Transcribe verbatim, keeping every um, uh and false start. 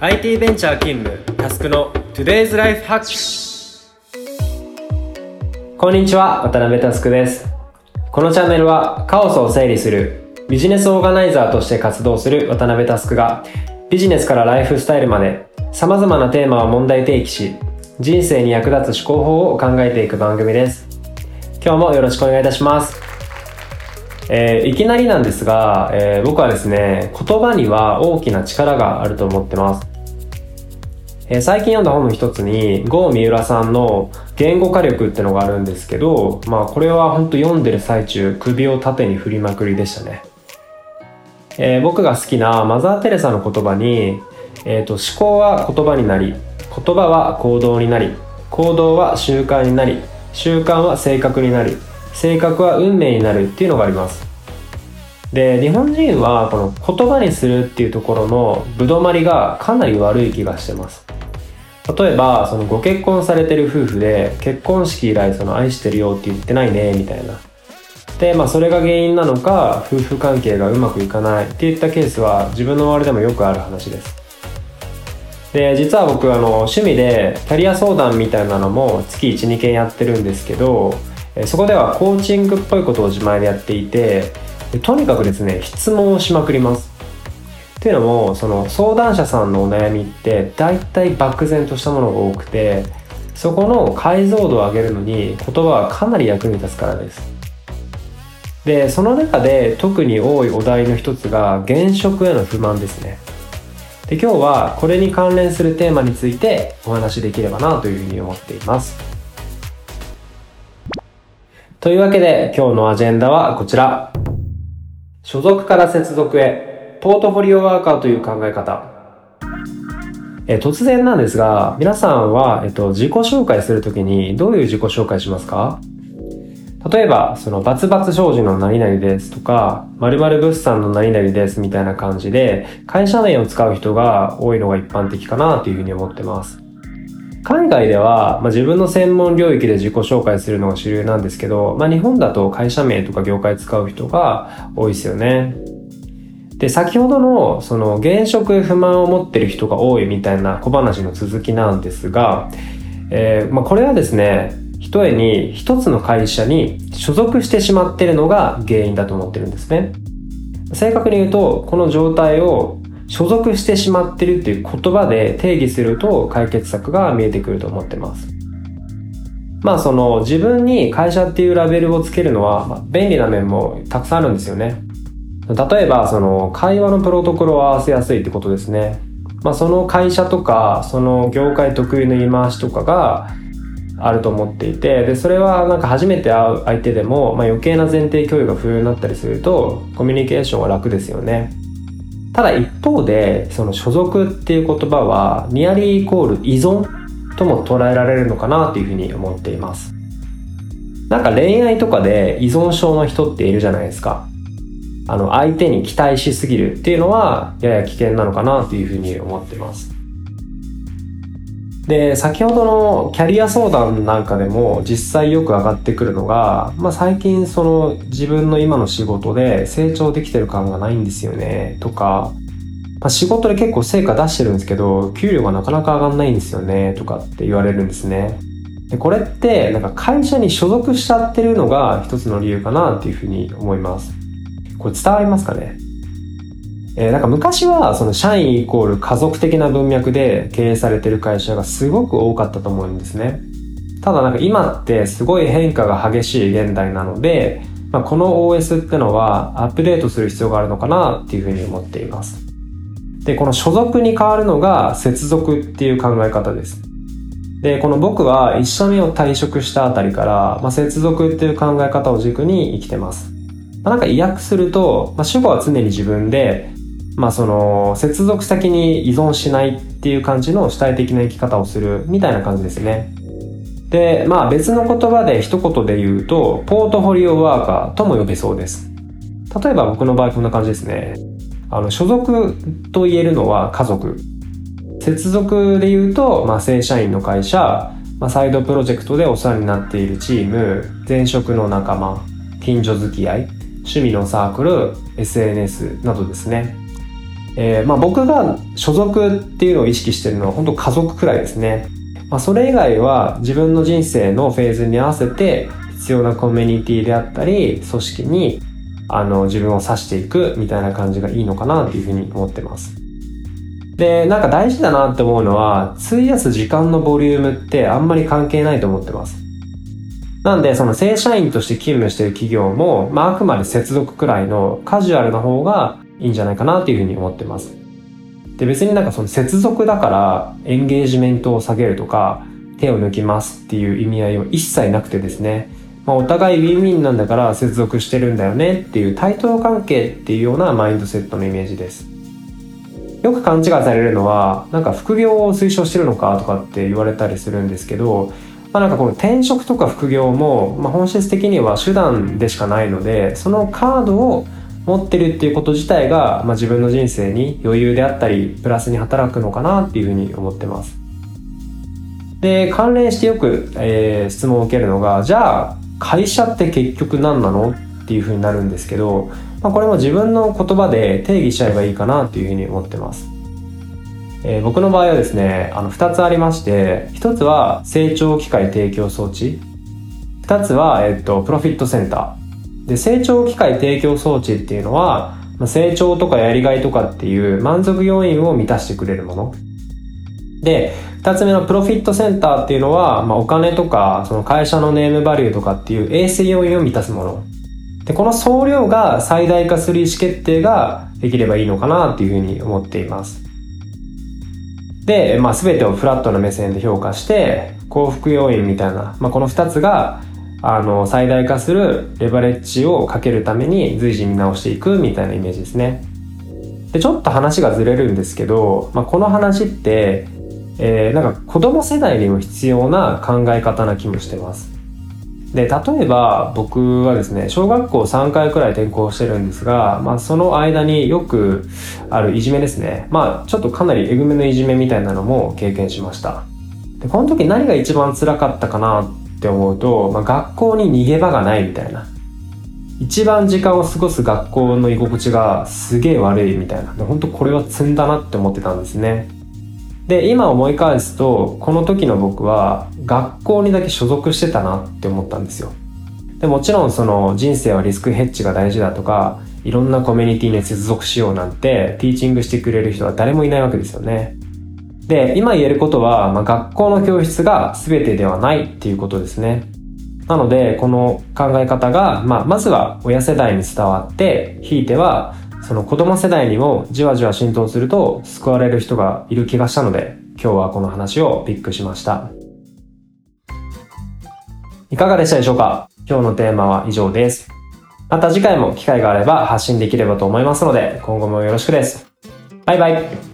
アイティー ベンチャー勤務タスクの Today's Life Hack。 こんにちは、渡辺タスクです。このチャンネルはカオスを整理するビジネスオーガナイザーとして活動する渡辺タスクがビジネスからライフスタイルまで様々なテーマを問題提起し、人生に役立つ思考法を考えていく番組です。今日もよろしくお願いいたします。えー、いきなりなんですが、えー、僕はですね、言葉には大きな力があると思ってます。えー、最近読んだ本の一つに郷三浦さんの言語化力ってのがあるんですけど、まあこれは本当読んでる最中首を縦に振りまくりでしたね。えー、僕が好きなマザー・テレサの言葉に、えーと、思考は言葉になり、言葉は行動になり、行動は習慣になり、習慣は性格になり、性格は運命になるっていうのがあります。で、日本人はこの言葉にするっていうところのぶどまりがかなり悪い気がしてます。例えばそのご結婚されてる夫婦で結婚式以来その愛してるよって言ってないねみたいな。で、まあそれが原因なのか夫婦関係がうまくいかないっていったケースは自分の周りでもよくある話です。で、実は僕あの趣味でキャリア相談みたいなのも月 いち,に 件やってるんですけど、そこではコーチングっぽいことを自前でやっていて、とにかくですね、質問をしまくります。っていうのも、その相談者さんのお悩みって大体漠然としたものが多くて、そこの解像度を上げるのに言葉はかなり役に立つからです。で、その中で特に多いお題の一つが現職への不満ですね。で、今日はこれに関連するテーマについてお話しできればなというふうに思っています。というわけで今日のアジェンダはこちら。所属から接続へ、ポートフォリオワーカーという考え方。え突然なんですが、皆さんは、えっと、自己紹介するときにどういう自己紹介しますか？例えば、そのバツバツ商事の何々ですとか、〇〇物産の何々ですみたいな感じで、会社名を使う人が多いのが一般的かなというふうに思ってます。海外では、まあ、自分の専門領域で自己紹介するのが主流なんですけど、まあ、日本だと会社名とか業界使う人が多いですよね。で、先ほどのその現職へ不満を持ってる人が多いみたいな小話の続きなんですが、えーまあ、これはですね、ひとえに一つの会社に所属してしまっているのが原因だと思ってるんですね。正確に言うと、この状態を所属してしまってるっていう言葉で定義すると解決策が見えてくると思ってます。まあその自分に会社っていうラベルをつけるのは、まあ、便利な面もたくさんあるんですよね。例えばその会話のプロトコルを合わせやすいってことですね。まあその会社とかその業界特有の言い回しとかがあると思っていて、でそれはなんか初めて会う相手でも、まあ、余計な前提共有が不要になったりするとコミュニケーションは楽ですよね。ただ一方で、その所属っていう言葉はニアリーイコール依存とも捉えられるのかなというふうに思っています。なんか恋愛とかで依存症の人っているじゃないですか。あの相手に期待しすぎるっていうのはやや危険なのかなというふうに思ってます。で、先ほどのキャリア相談なんかでも実際よく上がってくるのが、まあ最近その自分の今の仕事で成長できてる感がないんですよねとか、まあ、仕事で結構成果出してるんですけど給料がなかなか上がんないんですよねとかって言われるんですね。で、これってなんか会社に所属しちゃってるのが一つの理由かなっていうふうに思います。これ伝わりますかね？えー、なんか昔はその社員イコール家族的な文脈で経営されてる会社がすごく多かったと思うんですね。ただなんか今ってすごい変化が激しい現代なので、まあ、この オーエス ってのはアップデートする必要があるのかなっていうふうに思っています。で、この所属に変わるのが接続っていう考え方です。で、この僕はいっ社目を退職したあたりから、まあ、接続っていう考え方を軸に生きてます。まあ、なんか意訳すると、まあ、主語は常に自分で、まあその接続先に依存しないっていう感じの主体的な生き方をするみたいな感じですね。で、まあ別の言葉で一言で言うとポートフォリオワーカーとも呼べそうです。例えば僕の場合こんな感じですね。あの所属と言えるのは家族、接続で言うと、まあ、正社員の会社、まあ、サイドプロジェクトでお世話になっているチーム、前職の仲間、近所付き合い、趣味のサークル、エスエヌエス などですね。 えーまあ、僕が所属っていうのを意識してるのは本当家族くらいですね。まあ、それ以外は自分の人生のフェーズに合わせて必要なコミュニティであったり組織にあの自分を指していくみたいな感じがいいのかなっていうふうに思ってます。で、なんか大事だなって思うのは、費やす時間のボリュームってあんまり関係ないと思ってます。なんで、その正社員として勤務している企業も、まああくまで接続くらいのカジュアルな方がいいんじゃないかなっていうふうに思ってます。で、別になんかその接続だからエンゲージメントを下げるとか手を抜きますっていう意味合いは一切なくてですね、まあ、お互いウィンウィンなんだから接続してるんだよねっていう対等関係っていうようなマインドセットのイメージです。よく勘違いされるのは、なんか副業を推奨してるのかとかって言われたりするんですけど、まあ、なんかこの転職とか副業も、まあ、本質的には手段でしかないので、そのカードを持ってるっていうこと自体が、まあ、自分の人生に余裕であったりプラスに働くのかなっていうふうに思ってます。で、関連してよく、えー、質問を受けるのが、じゃあ会社って結局何なのっていうふうになるんですけど、まあ、これも自分の言葉で定義しちゃえばいいかなっていうふうに思ってます。えー、僕の場合はですね、あのふたつありまして、ひとつは成長機会提供装置、ふたつは、えっと、プロフィットセンターで、成長機会提供装置っていうのは成長とかやりがいとかっていう満足要因を満たしてくれるもので、ふたつめのプロフィットセンターっていうのは、まあ、お金とかその会社のネームバリューとかっていう衛生要因を満たすもので、この総量が最大化する意思決定ができればいいのかなっていうふうに思っています。で、まあ、全てをフラットな目線で評価して幸福要因みたいな、まあ、このふたつがあの最大化するレバレッジをかけるために随時見直していくみたいなイメージですね。で、ちょっと話がずれるんですけど、まあ、この話って、えー、なんか子供世代にも必要な考え方な気もしてます。で、例えば僕はですね、小学校さんかいくらい転校してるんですが、まあ、その間によくあるいじめですね、まあちょっとかなりえぐめのいじめみたいなのも経験しました。で、この時何が一番辛かったかなって思うと、まあ、学校に逃げ場がないみたいな、一番時間を過ごす学校の居心地がすげえ悪いみたいな、で本当これは積んだなって思ってたんですね。で、今思い返すと、この時の僕は学校にだけ所属してたなって思ったんですよ。で、もちろんその人生はリスクヘッジが大事だとか、いろんなコミュニティに接続しようなんてティーチングしてくれる人は誰もいないわけですよね。で、今言えることは、まあ、学校の教室が全てではないっていうことですね。なので、この考え方が、まあ、まずは親世代に伝わって、ひいてはその子供世代にもじわじわ浸透すると救われる人がいる気がしたので、今日はこの話をピックしました。いかがでしたでしょうか？今日のテーマは以上です。また次回も機会があれば発信できればと思いますので、今後もよろしくです。バイバイ。